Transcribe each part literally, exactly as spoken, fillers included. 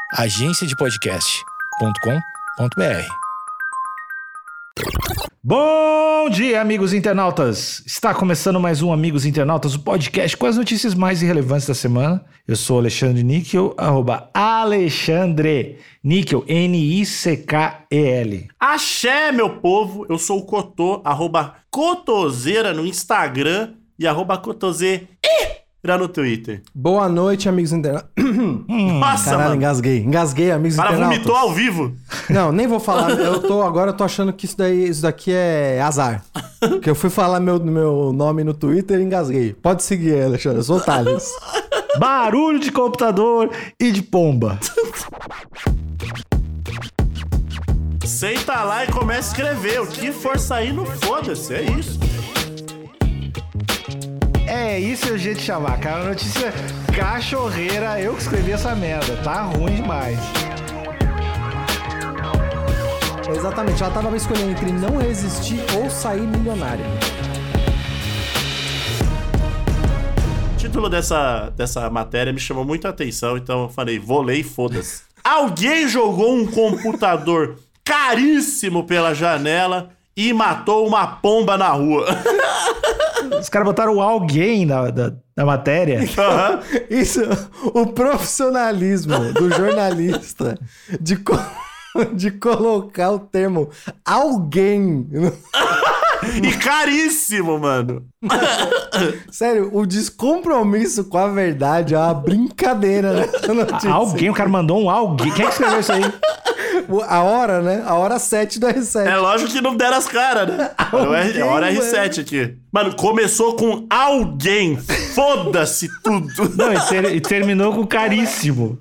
agência de podcast ponto com ponto b r. Bom dia, amigos internautas! Está começando mais um Amigos Internautas, o podcast com as notícias mais irrelevantes da semana. Eu sou Alexandre Níquel, arroba Alexandre Níquel, N I C K E L. Axé, meu povo! Eu sou o Cotô, arroba Cotoseira no Instagram e arroba Cotoseira no Twitter. Boa noite, amigos internautas. Nossa, Caralho, mano. engasguei. Engasguei, amigos Cara, internautas. vomitou ao vivo. Não, nem vou falar. Eu tô, agora eu tô achando que isso, daí, isso daqui é azar. Porque eu fui falar meu, meu nome no Twitter e engasguei. Pode seguir, Alexandre. Eu sou o Thales. Barulho de computador e de pomba. Senta lá e começa a escrever. O que for sair, não foda-se. É isso. É isso é o jeito de chamar, cara. Notícia cachorreira. Eu que escrevi essa merda. Tá ruim demais. Exatamente. Ela tava escolhendo entre não resistir ou sair milionária. O título dessa, dessa matéria me chamou muita atenção, então eu falei, vou ler e foda-se. Alguém jogou um computador caríssimo pela janela e matou uma pomba na rua. Os caras botaram alguém na, da, na matéria. Uhum. Isso, o profissionalismo do jornalista de, co- de colocar o termo alguém. E caríssimo, mano. Sério, o descompromisso com a verdade é uma brincadeira nessa notícia. Alguém, o cara mandou um alguém. Quem é que escreveu isso aí? A hora, né? A hora sete do R sete. É lógico que não deram as caras, né? Olha o R- a hora R sete aqui. Mano, começou com alguém. Foda-se tudo. Não, e, ter- e terminou com caríssimo.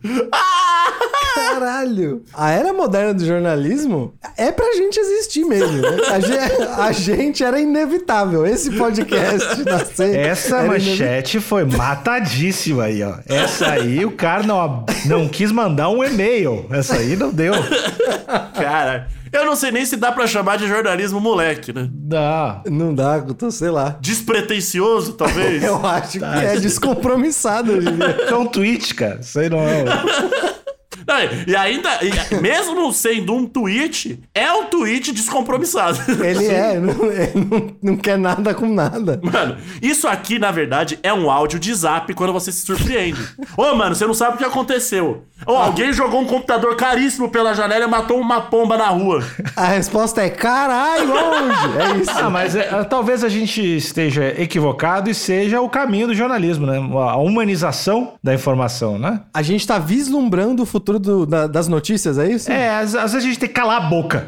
Caralho. A era moderna do jornalismo é pra gente existir mesmo, né? A gente, a gente era inevitável. Esse podcast nascer. Essa era manchete foi matadíssima aí, ó. Essa aí o cara não, não quis mandar um e-mail. Essa aí não deu. Cara, eu não sei nem se dá pra chamar de jornalismo moleque, né? Não. Não dá, eu tô, sei lá. Despretensioso, talvez. Eu acho que é descompromissado, eu diria. É um tweet, cara. Isso aí não é. Não, e ainda, e mesmo sendo um tweet, é um tweet descompromissado. Ele é, não, ele não, não quer nada com nada. Mano, isso aqui, na verdade, é um áudio de zap quando você se surpreende. Ô, mano, você não sabe o que aconteceu. Ô, alguém jogou um computador caríssimo pela janela e matou uma pomba na rua. A resposta é caralho, onde? É isso. Ah, mas é, talvez a gente esteja equivocado e seja o caminho do jornalismo, né? A humanização da informação, né? A gente tá vislumbrando o futuro do- da- das notícias, é isso? É, às, às vezes a gente tem que calar a boca.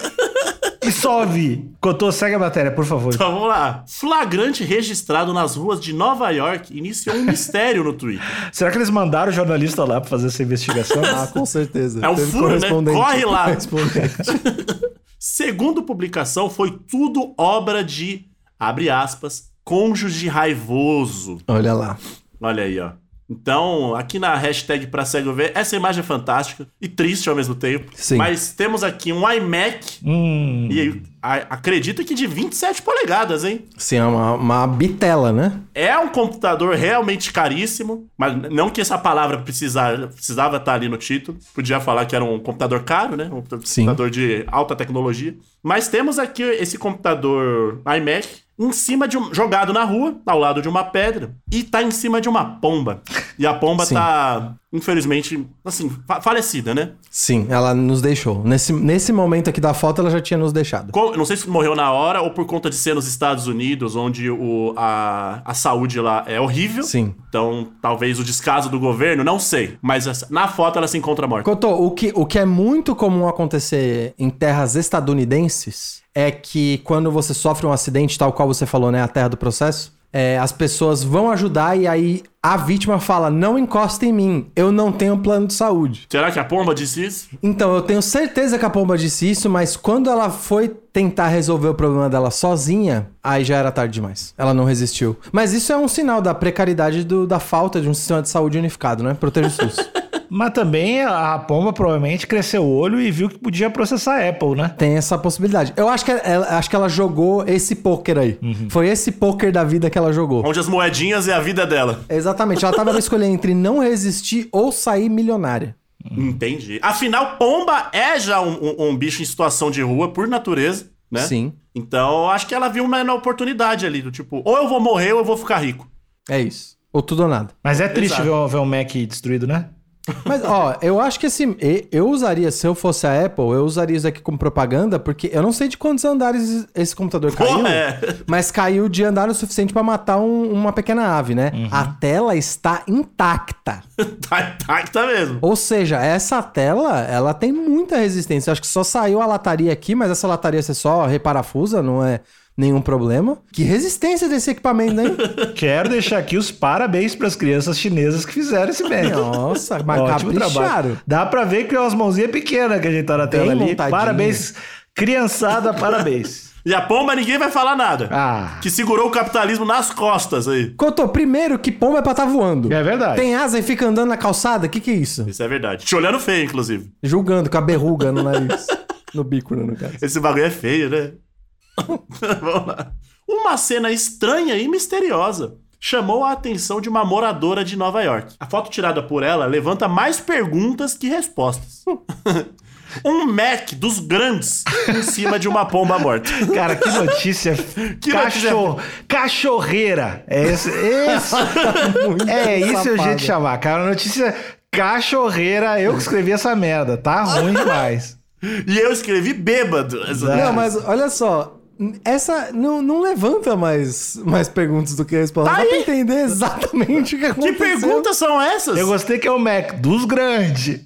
E só ouvir. Cotô, segue a matéria, por favor. Então vamos lá. Flagrante registrado nas ruas de Nova York iniciou um mistério no Twitter. Será que eles mandaram o jornalista lá pra fazer essa investigação? Ah, com certeza. É um Teve furo, né? correspondente. Corre lá. Correspondente. Segundo publicação, foi tudo obra de, abre aspas, cônjuge raivoso. Olha lá. Olha aí, ó. Então, aqui na hashtag pra cego ver, essa imagem é fantástica e triste ao mesmo tempo. Sim. Mas temos aqui um iMac Hum. e a, acredito que de vinte e sete polegadas, hein? Sim, é uma, uma bitela, né? É um computador realmente caríssimo, mas não que essa palavra precisava, precisava estar ali no título. Podia falar que era um computador caro, né? Um Sim. computador de alta tecnologia. Mas temos aqui esse computador iMac em cima de um... jogado na rua, ao lado de uma pedra, e tá em cima de uma pomba. E a pomba Sim. tá, infelizmente, assim, fa- falecida, né? Sim, ela nos deixou. Nesse, nesse momento aqui da foto, ela já tinha nos deixado. Co- Não sei se morreu na hora ou por conta de ser nos Estados Unidos, onde o, a, a saúde lá é horrível. Sim. Então, talvez o descaso do governo, não sei. Mas essa- na foto ela se encontra morta. Cotô, o que, o que é muito comum acontecer em terras estadunidenses é que quando você sofre um acidente, tal qual você falou, né? A terra do processo, é, as pessoas vão ajudar e aí a vítima fala, não encosta em mim, eu não tenho plano de saúde. Será que a pomba disse isso? Então, eu tenho certeza que a pomba disse isso, mas quando ela foi tentar resolver o problema dela sozinha, aí já era tarde demais. Ela não resistiu. Mas isso é um sinal da precariedade do- da falta de um sistema de saúde unificado, né? Proteja o SUS. Mas também a pomba provavelmente cresceu o olho e viu que podia processar a Apple, né? Tem essa possibilidade. Eu acho que ela, acho que ela jogou esse pôquer aí. Foi esse pôquer da vida que ela jogou. Onde as moedinhas é a vida dela. Exatamente. Ela tava escolhendo entre não resistir ou sair milionária. Entendi. Afinal, pomba é já um, um, um bicho em situação de rua, por natureza, né? Sim. Então, eu acho que ela viu uma, uma oportunidade ali, do tipo, ou eu vou morrer ou eu vou ficar rico. É isso. Ou tudo ou nada. Mas é triste Exato. ver, um- ver um Mac destruído, né? Mas, ó, eu acho que assim, e- eu usaria, se eu fosse a Apple, eu usaria isso aqui como propaganda, porque eu não sei de quantos andares esse computador caiu, Porra, é. mas caiu de andar o suficiente pra matar um- uma pequena ave, né? A tela está intacta. tá, tá, tá mesmo. Ou seja, essa tela, ela tem muita resistência. Eu acho que só saiu a lataria aqui, mas essa lataria você só reparafusa, não é nenhum problema. Que resistência desse equipamento, hein? Quero deixar aqui os parabéns para as crianças chinesas que fizeram esse Mac. Nossa, mas Ótimo trabalho. capricharam. Dá pra ver que é umas mãozinhas pequenas que a gente tá na tela Bem ali. montadinho. Parabéns, criançada, parabéns. E a pomba ninguém vai falar nada. Ah, Que segurou o capitalismo nas costas aí. Cotô, primeiro que pomba é pra estar voando. é verdade. Tem asa e fica andando na calçada? O que que é isso? Isso é verdade. Te olhando feio, inclusive. Julgando com a berruga no nariz. No bico, né, no caso. Esse bagulho é feio, né? Vamos lá. Uma cena estranha e misteriosa chamou a atenção de uma moradora de Nova York. A foto tirada por ela levanta mais perguntas que respostas. Um Mac dos grandes em cima de uma pomba morta. Cara, que notícia. Que Cachorro, Cachorreira. É esse, esse é isso safado. o jeito de chamar, cara. Notícia cachorreira. Eu que escrevi essa merda. Tá ruim demais. E eu escrevi bêbado. Essa Não, Não, mas olha só. Essa não, não levanta mais, mais perguntas do que respostas. Tá Dá pra aí. entender exatamente o que Que aconteceu. perguntas são essas? Eu gostei que é o Mac dos grandes.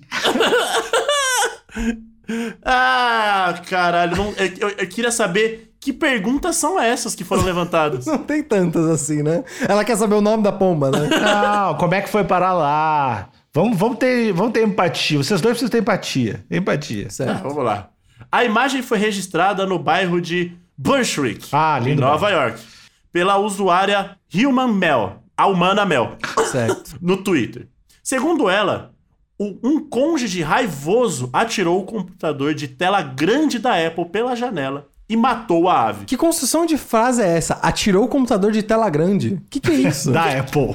Ah, caralho. Não, eu, eu- eu queria saber que perguntas são essas que foram levantadas. Não tem tantas assim, né? Ela quer saber o nome da pomba, né? Não, como é que foi parar lá? Vamos, vamos, ter, vamos ter empatia. Vocês dois precisam ter empatia. Empatia. Ah, Certo. vamos lá. A imagem foi registrada no bairro de Bushwick, Ah, em lindo Nova York, pela usuária Human Mel, a humana Mel, Certo. no Twitter. Segundo ela, o- um cônjuge raivoso atirou o computador de tela grande da Apple pela janela e matou a ave. Que construção de frase é essa? Atirou o computador de tela grande. O que, que é isso? Da Apple.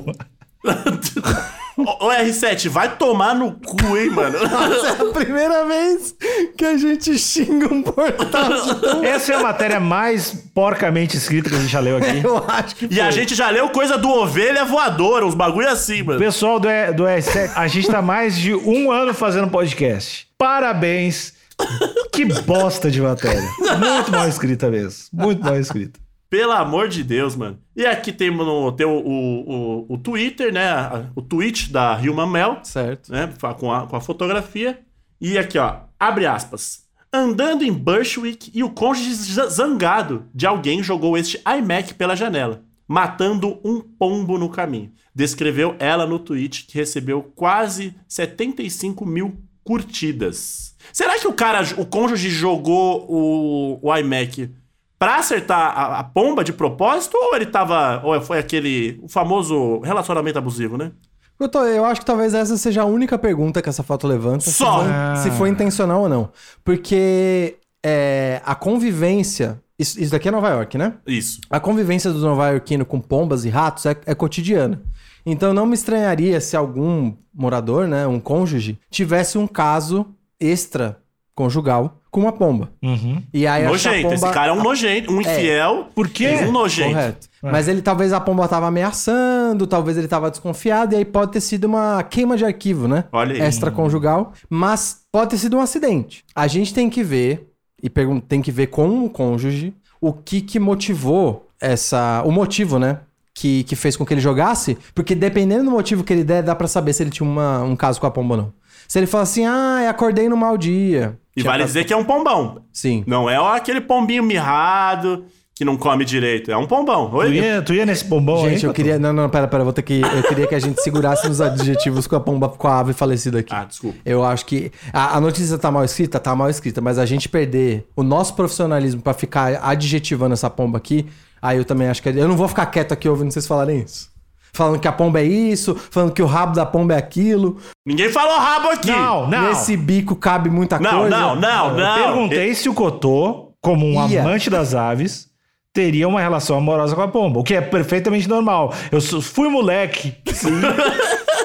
Ô, ô, R sete, vai tomar no cu, hein, mano? Essa é a primeira vez que a gente xinga um portal de tão... Essa é a matéria mais porcamente escrita que a gente já leu aqui. Eu acho que E a gente já leu coisa do ovelha voadora, uns bagulho assim, mano. Pessoal do, E- do S sete, a gente tá mais de um ano fazendo podcast. Parabéns. Que bosta de matéria. Muito mal escrita mesmo. Muito mal escrita. Pelo amor de Deus, mano. E aqui tem, no, tem o, o, o, o Twitter, né? a- O tweet da Human Mel, Certo. né? Com a, com a fotografia. E aqui, ó, abre aspas. Andando em Bushwick e o cônjuge z- zangado de alguém jogou este iMac pela janela, matando um pombo no caminho. Descreveu ela no tweet, que recebeu quase setenta e cinco mil curtidas. Será que o cara, o cônjuge jogou o, o iMac pra acertar a, a pomba de propósito, ou ele tava... Ou foi aquele... O famoso relacionamento abusivo, né? Eu, tô- eu acho que talvez essa seja a única pergunta que essa foto levanta. se Só! foi- Ah. Se foi intencional ou não. Porque é, a convivência... Isso, isso daqui é Nova York, né? Isso. A convivência do nova-iorquino com pombas e ratos é, é cotidiana. Então não me estranharia se algum morador, né, um cônjuge, tivesse um caso extra-conjugal com uma pomba. Uhum. E aí acho que a Nojento. Esse pomba- cara é um nojento, um infiel. Por quê? e um nojento. Correto. Mas ele talvez a pomba tava ameaçando, talvez ele tava desconfiado, e aí pode ter sido uma queima de arquivo, né? Olha aí. Extraconjugal. Mas pode ter sido um acidente. A gente tem que ver, e pergun- tem que ver com o cônjuge, o que que motivou essa... O motivo, né? Que, que fez com que ele jogasse, porque dependendo do motivo que ele der, dá pra saber se ele tinha uma- um caso com a pomba ou não. Se ele fala assim, ah, eu acordei no mau dia. E Tinha vale ca- dizer que é um pombão. Sim. Não é aquele pombinho mirrado que não come direito. É um pombão. Tu Oi? ia, tu ia nesse bombom aí? Gente, eu Catu? queria. Não, não, pera, pera, vou ter que. Eu queria que a gente segurasse nos adjetivos com a pomba, com a ave falecida aqui. Ah, desculpa. Eu acho que. A, a notícia tá mal escrita? Tá mal escrita, mas a gente perder o nosso profissionalismo pra ficar adjetivando essa pomba aqui, aí eu também acho que. Eu não vou ficar quieto aqui ouvindo vocês falarem isso. Falando que a pomba é isso, falando que o rabo da pomba é aquilo. Ninguém falou rabo aqui. Não, não. Nesse bico cabe muita Não, coisa. não, não, Eu não. perguntei se o Cotô, como um Ia. amante das aves, teria uma relação amorosa com a pomba, o que é perfeitamente normal. Eu sou- fui moleque.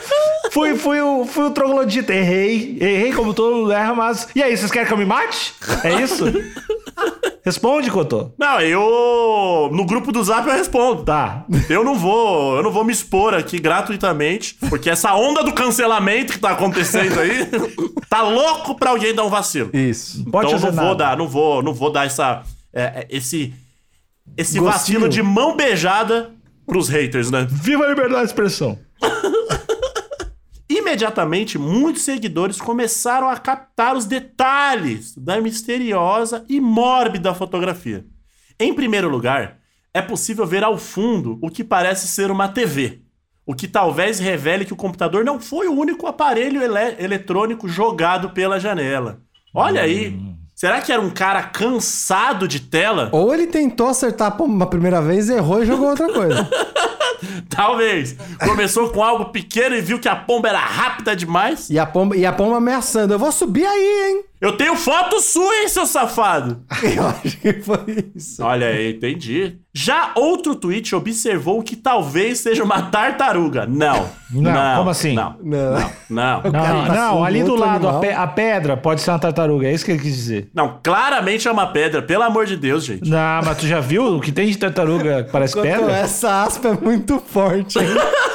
Fui, fui, o, fui o troglodita. Errei. Errei como todo mundo erra, mas... E aí, vocês querem que eu me mate? É isso? Responde, Cotô. Não, eu... No grupo do Zap eu respondo. Tá. Eu não vou... Eu não vou me expor aqui gratuitamente, porque essa onda do cancelamento que tá acontecendo aí tá louco pra alguém dar um vacilo. Isso. Pode então eu fazer não vou nada. dar, não vou, não vou dar essa... é, esse... Esse Gostinho. vacilo de mão beijada pros haters, né? Viva a liberdade de expressão. Imediatamente, muitos seguidores começaram a captar os detalhes da misteriosa e mórbida fotografia. Em primeiro lugar, é possível ver ao fundo o que parece ser uma T V, o que talvez revele que o computador não foi o único aparelho ele- eletrônico jogado pela janela. Olha aí, será que era um cara cansado de tela? Ou ele tentou acertar a pomba uma primeira vez, errou e jogou outra coisa. Talvez. Começou com algo pequeno e viu que a pomba era rápida demais. E a pomba, e a pomba ameaçando. Eu vou subir aí, hein? Eu tenho foto sua, hein, seu safado? Eu acho que foi isso. Olha aí, entendi. Já outro tweet observou que talvez seja uma tartaruga. Não. Não, como assim? Não. Não. Não. Não. Não, cara tá não, com ali do outro lado, a, animal. pe- a pedra pode ser uma tartaruga. É isso que ele quis dizer. Não, claramente é uma pedra. Pelo amor de Deus, gente. Não, mas tu já viu o que tem de tartaruga que parece Cotô, pedra? essa aspa é muito forte, hein?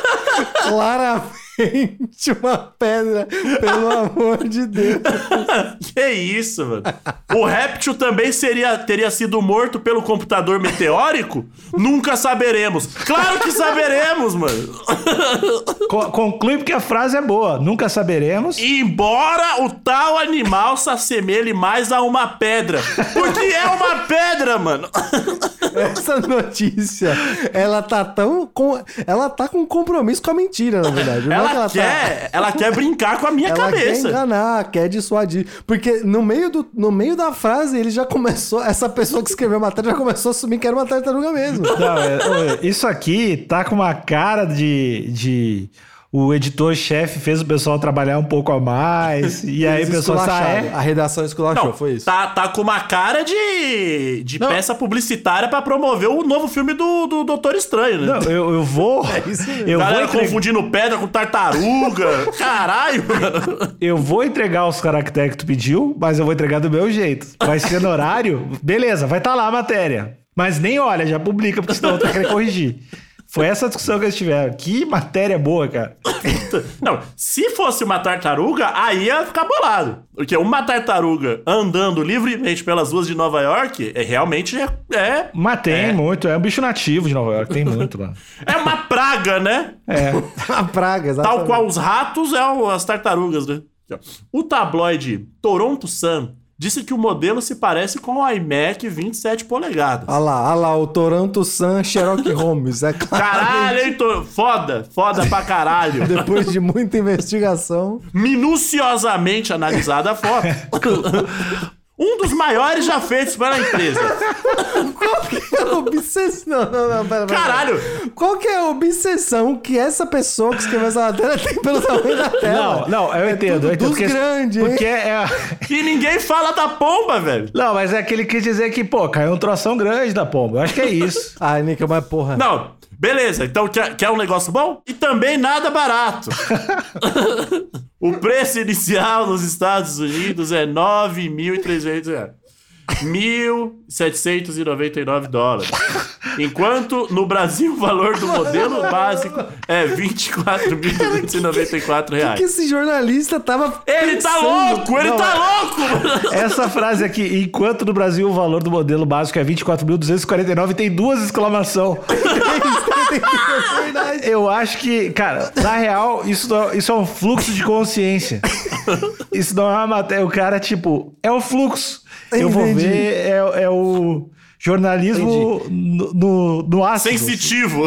Claramente uma pedra, pelo amor de Deus. Que isso, mano? O réptil também seria, teria sido morto pelo computador meteórico? Nunca saberemos. Claro que saberemos, mano. Co- conclui porque a frase é boa. Nunca saberemos. Embora o tal animal se assemelhe mais a uma pedra. Porque é uma pedra, mano. Essa notícia, ela tá tão... Com, ela tá com compromisso com a mentira, na verdade. Não é Ela, que ela quer, tá... ela quer brincar com a minha Ela quer cabeça. enganar, quer dissuadir. Porque no meio, do, no meio da frase, ele já começou... Essa pessoa que escreveu a matéria já começou a assumir que era uma tartaruga mesmo. Não, é- é- isso aqui tá com uma cara de... de... O editor-chefe fez o pessoal trabalhar um pouco a mais. E aí o Eles pessoal esculacharam. sai. A redação esculachou, Não, foi isso. Tá, tá com uma cara de, de Não. peça publicitária pra promover o novo filme do, do Doutor Estranho, né? Não, eu, eu vou. isso mesmo. eu, vou Galera entre- confundindo pedra com tartaruga. Caralho, mano. eu vou entregar os caracteres que tu pediu, mas eu vou entregar do meu jeito. Vai ser no horário? Beleza, vai estar lá a matéria. Mas nem olha, já publica, porque senão eu tô querendo corrigir. Foi essa discussão que eles tiveram. Que matéria boa, cara. Não, se fosse uma tartaruga, aí ia ficar bolado. Porque uma tartaruga andando livremente pelas ruas de Nova York, é, realmente é, é, Mas tem É. muito. É um bicho nativo de Nova York. Tem muito lá. é uma praga, né? É. A praga, exatamente. Tal qual os ratos, é o- as tartarugas, né? O tabloide Toronto Sun disse que o modelo se parece com o iMac vinte e sete polegadas. Olha lá, olha lá, o Toronto Sun Sherlock Holmes. É claro. Caralho, hein, Tor- foda, foda pra caralho. Depois de muita investigação. Minuciosamente analisada a foto. Um dos maiores já feitos pela empresa. Qual que é a obsessão? Não, não, não, pera, pera. Caralho! Qual que é a obsessão que essa pessoa que escreveu essa matéria tem pelo tamanho da tela? Não, não, eu É entendo. tudo Eu entendo dos porque, grandes, hein? porque é. E ninguém fala da pomba, velho. Não, mas é que ele quis dizer que, pô, caiu um troção grande da pomba. Eu acho que é isso. Ai, Nica, mas porra. Não, beleza. Então quer, quer um negócio bom? E também nada barato. O preço inicial nos Estados Unidos é nove mil e trezentos reais. mil setecentos e noventa e nove dólares. Enquanto no Brasil o valor do modelo básico é vinte e quatro mil duzentos e noventa e quatro O que, reais. que esse jornalista tava Ele tá pensando? louco, ele Não, tá é- louco, mano. Essa frase aqui, enquanto no Brasil o valor do modelo básico é vinte e quatro mil duzentos e quarenta e nove, tem duas exclamação. É verdade. Eu acho que, cara, na real, isso, não- isso é um fluxo de consciência. Isso não é uma matéria. O cara, tipo, é o fluxo. Eu vou Entendi. ver, é, é o jornalismo no, no, no ácido. Sensitivo.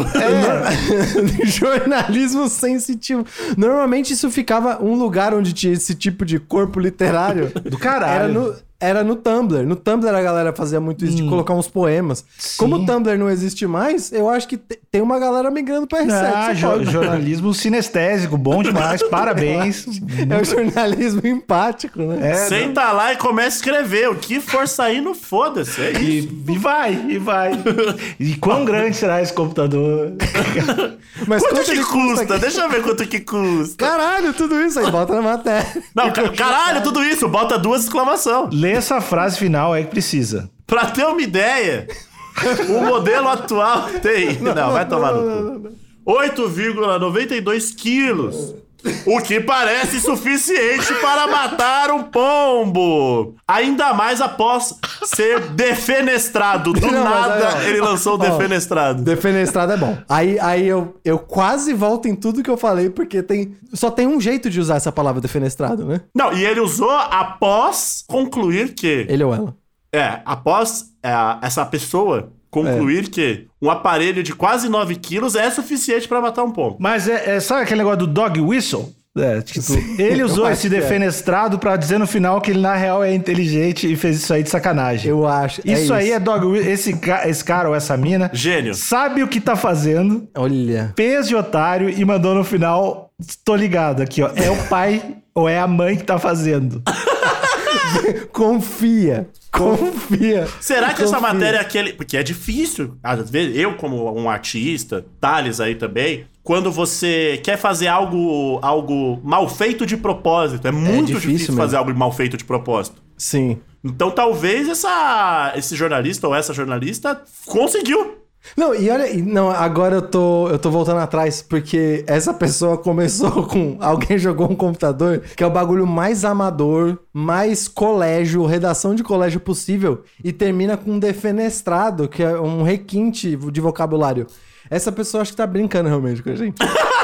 É. Jornalismo sensitivo. Normalmente isso ficava um lugar onde tinha esse tipo de corpo literário. Do caralho. Era no, era no Tumblr. No Tumblr a galera fazia muito isso, hum. de colocar uns poemas. Sim. Como o Tumblr não existe mais, eu acho que te, tem uma galera migrando pra R sete. Ah, jo- jornalismo sinestésico, bom demais, parabéns. É o jornalismo empático, né? É, Senta não. lá e começa a escrever. O que for saindo, foda-se. É isso. E, e vai, e vai. E quão grande será esse computador? Mas quanto, quanto que custa? custa? Deixa eu ver quanto que custa. Caralho, tudo isso aí, bota na matéria. Não, caralho, tudo isso, bota duas exclamações. Lê essa frase final aí que precisa. Pra ter uma ideia, o modelo atual tem... Não, não vai tomar no cu. oito vírgula noventa e dois quilos. O que parece suficiente para matar um pombo. Ainda mais após ser defenestrado. Do não, nada aí, ele lançou o ó, defenestrado. Defenestrado é bom. Aí, aí eu, eu quase volto em tudo que eu falei, porque tem só tem um jeito de usar essa palavra defenestrado, né? Não, e ele usou após concluir que... Ele ou ela. É, após é, essa pessoa... concluir é. que um aparelho de quase nove quilos é suficiente pra matar um pombo. Mas é, é sabe aquele negócio do dog whistle? É, tipo, ele usou esse defenestrado é. pra dizer no final que ele na real é inteligente e fez isso aí de sacanagem. Eu acho. Isso, é isso. aí é dog whistle. Esse, esse cara ou essa mina... Gênio. Sabe o que tá fazendo. Olha. Fez de otário e mandou no final... Tô ligado aqui, ó. É o pai ou é a mãe que tá fazendo. Confia. Confia. Será que Confia. essa matéria é aquele... Porque é difícil. Às vezes, eu como um artista, Thales aí também, quando você quer fazer algo, algo mal feito de propósito, é muito é difícil, difícil fazer algo mal feito de propósito. Sim. Então talvez essa, esse jornalista ou essa jornalista conseguiu. Não, e olha, não, agora eu tô, eu tô voltando atrás, porque essa pessoa começou com... Alguém jogou um computador, que é o bagulho mais amador, mais colégio, redação de colégio possível, e termina com um defenestrado, que é um requinte de vocabulário. Essa pessoa acho que tá brincando realmente com a gente.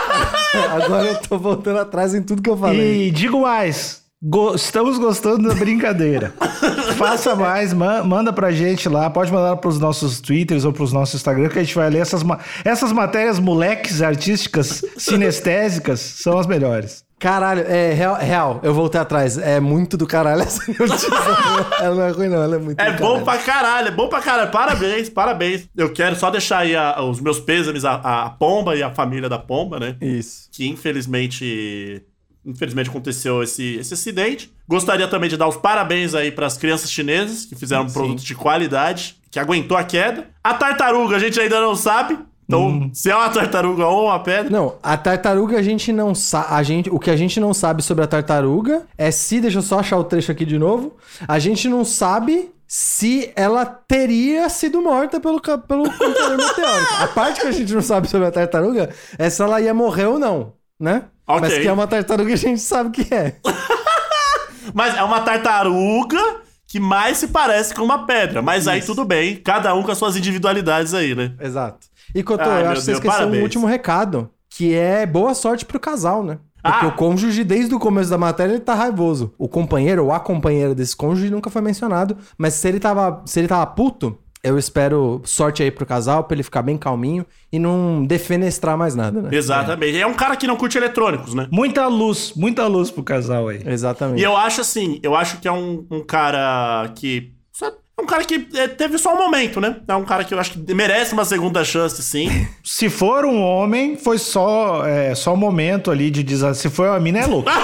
Agora eu tô voltando atrás em tudo que eu falei. E digo mais... Go- estamos gostando da brincadeira. Faça mais, ma- manda pra gente lá. Pode mandar pros nossos Twitters ou pros nossos Instagram, que a gente vai ler essas, ma- essas matérias moleques artísticas, sinestésicas, são as melhores. Caralho, é real, real, eu voltei atrás. É muito do caralho essa notícia. Ela não é ruim, não, ela é muito É do bom caralho. pra caralho, é bom pra caralho. Parabéns, parabéns. Eu quero só deixar aí a, os meus pêsames, a, a Pomba e a família da Pomba, né? Isso. Que infelizmente... Infelizmente aconteceu esse, esse acidente. Gostaria também de dar os parabéns aí pras crianças chinesas que fizeram um produto de qualidade, que aguentou a queda. A tartaruga a gente ainda não sabe. Então, hum. se é uma tartaruga ou uma pedra... Não, a tartaruga a gente não sabe... O que a gente não sabe sobre a tartaruga é se... Deixa eu só achar o trecho aqui de novo. A gente não sabe... se ela teria sido morta pelo, pelo computador meteórico. A parte que a gente não sabe sobre a tartaruga é se ela ia morrer ou não, né? Okay. Mas que é uma tartaruga, a gente sabe que é. Mas é uma tartaruga que mais se parece com uma pedra. Mas Isso. aí tudo bem, cada um com as suas individualidades aí, né? Exato. E Cotô, ah, eu acho que você esqueceu parabéns. um último recado, que é boa sorte pro casal, né? Porque ah. o cônjuge, desde o começo da matéria, ele tá raivoso. O companheiro ou a companheira desse cônjuge nunca foi mencionado. Mas se ele tava, se ele tava puto, eu espero sorte aí pro casal, pra ele ficar bem calminho e não defenestrar mais nada, né? Exatamente. É, é um cara que não curte eletrônicos, né? Muita luz, muita luz pro casal aí. Exatamente. E eu acho assim, eu acho que é um, um cara que... É um cara que é, teve só um momento, né? É um cara que eu acho que merece uma segunda chance, sim. Se for um homem, foi só, é, só um momento ali de desastre. Se for uma mina, é louco.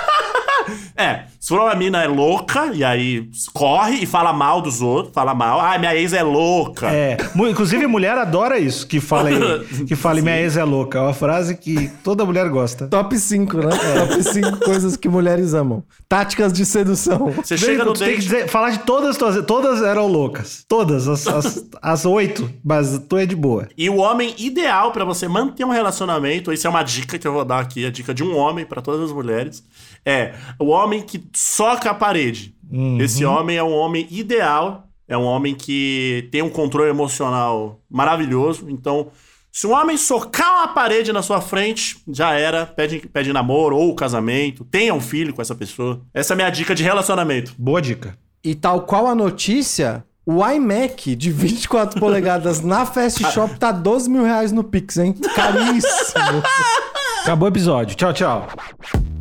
É, se for uma mina é louca, e aí corre e fala mal dos outros, fala mal. Ah, minha ex é louca. É, inclusive mulher adora isso, que fala, que fala minha ex é louca. É uma frase que toda mulher gosta. Top cinco, né? É. Top cinco coisas que mulheres amam. Táticas de sedução. Você Bem, chega no tu tem que dizer, falar de todas, todas, todas eram loucas. Todas, as, as, as oito, mas tu é de boa. E o homem ideal pra você manter um relacionamento, isso é uma dica que eu vou dar aqui, a dica de um homem pra todas as mulheres, é o homem que soca a parede. Uhum. Esse homem é um homem ideal, é um homem que tem um controle emocional maravilhoso. Então, se um homem socar uma parede na sua frente, já era, pede, pede namoro ou casamento, tenha um filho com essa pessoa. Essa é a minha dica de relacionamento. Boa dica. E tal qual a notícia, o iMac de vinte e quatro polegadas na Fast Shop tá doze mil reais no Pix, hein? Caríssimo. Acabou o episódio. Tchau, tchau.